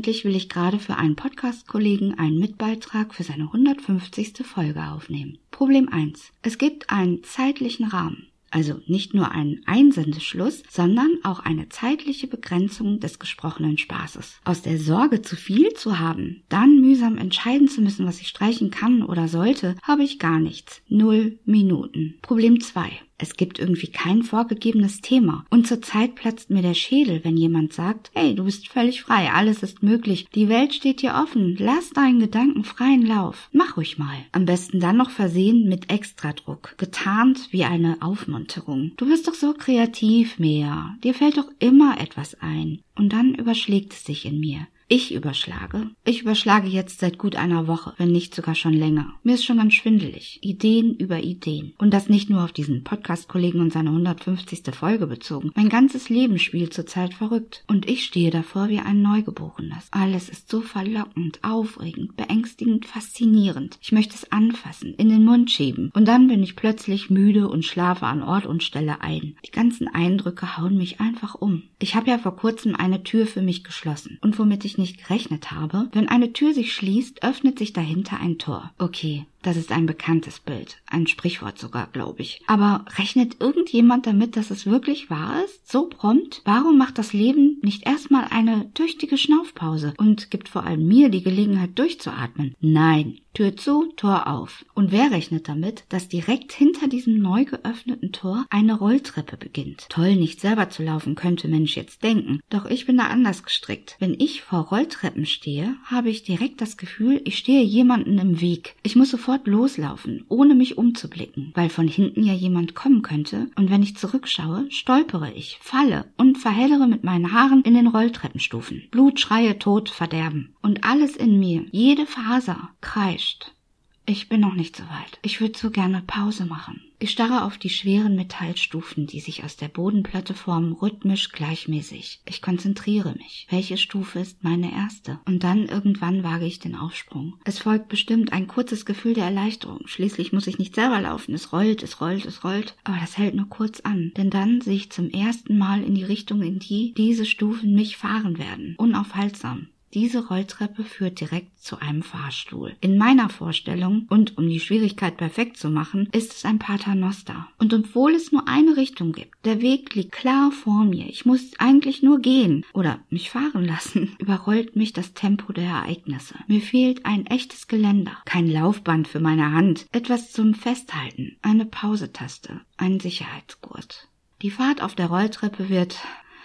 Eigentlich will ich gerade für einen Podcast-Kollegen einen Mitbeitrag für seine 150. Folge aufnehmen. Problem 1. Es gibt einen zeitlichen Rahmen. Also nicht nur einen Einsendeschluss, sondern auch eine zeitliche Begrenzung des gesprochenen Spaßes. Aus der Sorge, zu viel zu haben, dann mühsam entscheiden zu müssen, was ich streichen kann oder sollte, habe ich gar nichts. 0 Minuten. Problem 2. Es gibt irgendwie kein vorgegebenes Thema. Und zurzeit platzt mir der Schädel, wenn jemand sagt, hey, du bist völlig frei, alles ist möglich, die Welt steht dir offen, lass deinen Gedanken freien Lauf. Mach ruhig mal. Am besten dann noch versehen mit Extradruck, getarnt wie eine Aufmunterung. Du bist doch so kreativ, Mea. Dir fällt doch immer etwas ein. Und dann überschlägt es sich in mir. Ich überschlage jetzt seit gut einer Woche, wenn nicht sogar schon länger. Mir ist schon ganz schwindelig. Ideen über Ideen. Und das nicht nur auf diesen Podcast-Kollegen und seine 150. Folge bezogen. Mein ganzes Leben spielt zurzeit verrückt. Und ich stehe davor wie ein Neugeborenes. Alles ist so verlockend, aufregend, beängstigend, faszinierend. Ich möchte es anfassen, in den Mund schieben. Und dann bin ich plötzlich müde und schlafe an Ort und Stelle ein. Die ganzen Eindrücke hauen mich einfach um. Ich habe ja vor kurzem eine Tür für mich geschlossen. Und womit ich nicht gerechnet habe, wenn eine Tür sich schließt, öffnet sich dahinter ein Tor. Okay, das ist ein bekanntes Bild, ein Sprichwort sogar, glaube ich. Aber rechnet irgendjemand damit, dass es wirklich wahr ist? So prompt? Warum macht das Leben nicht erstmal eine tüchtige Schnaufpause und gibt vor allem mir die Gelegenheit durchzuatmen? Nein. Tür zu, Tor auf. Und wer rechnet damit, dass direkt hinter diesem neu geöffneten Tor eine Rolltreppe beginnt? Toll, nicht selber zu laufen, könnte Mensch jetzt denken. Doch ich bin da anders gestrickt. Wenn ich vor Rolltreppen stehe, habe ich direkt das Gefühl, ich stehe jemandem im Weg. Ich muss sofort loslaufen, ohne mich umzublicken, weil von hinten ja jemand kommen könnte. Und wenn ich zurückschaue, stolpere ich, falle und verhellere mit meinen Haaren in den Rolltreppenstufen. Blut, Schreie, Tod, Verderben. Und alles in mir, jede Faser, kreischt. Ich bin noch nicht so weit. Ich würde so gerne Pause machen. Ich starre auf die schweren Metallstufen, die sich aus der Bodenplatte formen, rhythmisch gleichmäßig. Ich konzentriere mich. Welche Stufe ist meine erste? Und dann irgendwann wage ich den Aufsprung. Es folgt bestimmt ein kurzes Gefühl der Erleichterung. Schließlich muss ich nicht selber laufen. Es rollt, es rollt, es rollt. Aber das hält nur kurz an. Denn dann sehe ich zum ersten Mal in die Richtung, in die diese Stufen mich fahren werden. Unaufhaltsam. Diese Rolltreppe führt direkt zu einem Fahrstuhl. In meiner Vorstellung, und um die Schwierigkeit perfekt zu machen, ist es ein Paternoster. Und obwohl es nur eine Richtung gibt, der Weg liegt klar vor mir, ich muss eigentlich nur gehen oder mich fahren lassen, überrollt mich das Tempo der Ereignisse. Mir fehlt ein echtes Geländer, kein Laufband für meine Hand, etwas zum Festhalten, eine Pausetaste, ein Sicherheitsgurt. Die Fahrt auf der Rolltreppe wird...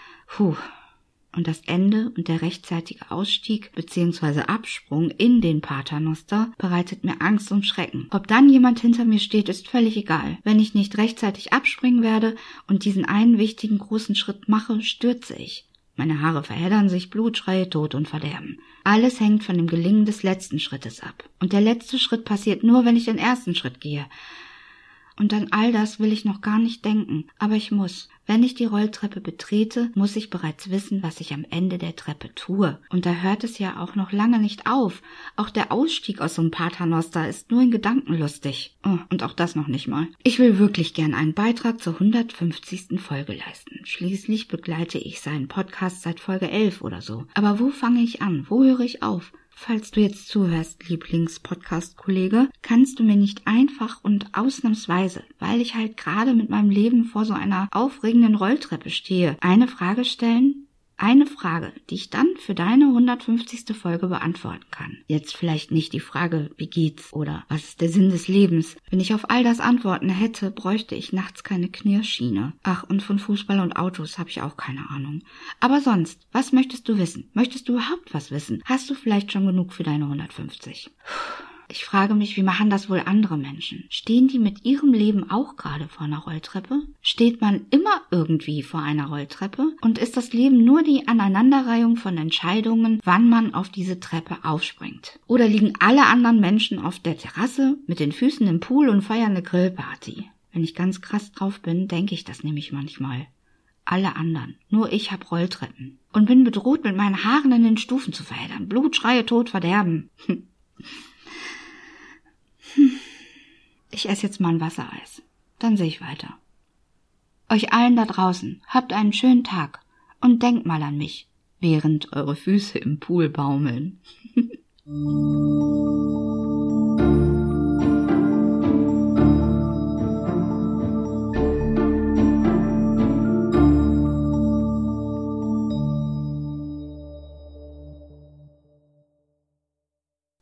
Und das Ende und der rechtzeitige Ausstieg bzw. Absprung in den Paternoster bereitet mir Angst und Schrecken. Ob dann jemand hinter mir steht, ist völlig egal. Wenn ich nicht rechtzeitig abspringen werde und diesen einen wichtigen großen Schritt mache, stürze ich. Meine Haare verheddern sich, Blut, Schreie, Tod und Verderben. Alles hängt von dem Gelingen des letzten Schrittes ab. Und der letzte Schritt passiert nur, wenn ich den ersten Schritt gehe. Und an all das will ich noch gar nicht denken, aber ich muss. Wenn ich die Rolltreppe betrete, muss ich bereits wissen, was ich am Ende der Treppe tue. Und da hört es ja auch noch lange nicht auf. Auch der Ausstieg aus so einem Paternoster ist nur in Gedanken lustig. Oh, und auch das noch nicht mal. Ich will wirklich gern einen Beitrag zur 150. Folge leisten. Schließlich begleite ich seinen Podcast seit Folge 11 oder so. Aber wo fange ich an? Wo höre ich auf? Falls du jetzt zuhörst, Lieblings-Podcast-Kollege, kannst du mir nicht einfach und ausnahmsweise, weil ich halt gerade mit meinem Leben vor so einer aufregenden Rolltreppe stehe, eine Frage stellen? Eine Frage, die ich dann für deine 150. Folge beantworten kann. Jetzt vielleicht nicht die Frage, wie geht's oder was ist der Sinn des Lebens. Wenn ich auf all das Antworten hätte, bräuchte ich nachts keine Knirschschiene. Ach, und von Fußball und Autos habe ich auch keine Ahnung. Aber sonst, was möchtest du wissen? Möchtest du überhaupt was wissen? Hast du vielleicht schon genug für deine 150? Ich frage mich, wie machen das wohl andere Menschen? Stehen die mit ihrem Leben auch gerade vor einer Rolltreppe? Steht man immer irgendwie vor einer Rolltreppe? Und ist das Leben nur die Aneinanderreihung von Entscheidungen, wann man auf diese Treppe aufspringt? Oder liegen alle anderen Menschen auf der Terrasse mit den Füßen im Pool und feiern eine Grillparty? Wenn ich ganz krass drauf bin, denke ich das nämlich manchmal. Alle anderen. Nur ich hab Rolltreppen. Und bin bedroht, mit meinen Haaren in den Stufen zu verheddern. Blut, Schreie, Tod, Verderben. Ich esse jetzt mal ein Wassereis. Dann sehe ich weiter. Euch allen da draußen, habt einen schönen Tag und denkt mal an mich. während eure Füße im Pool baumeln.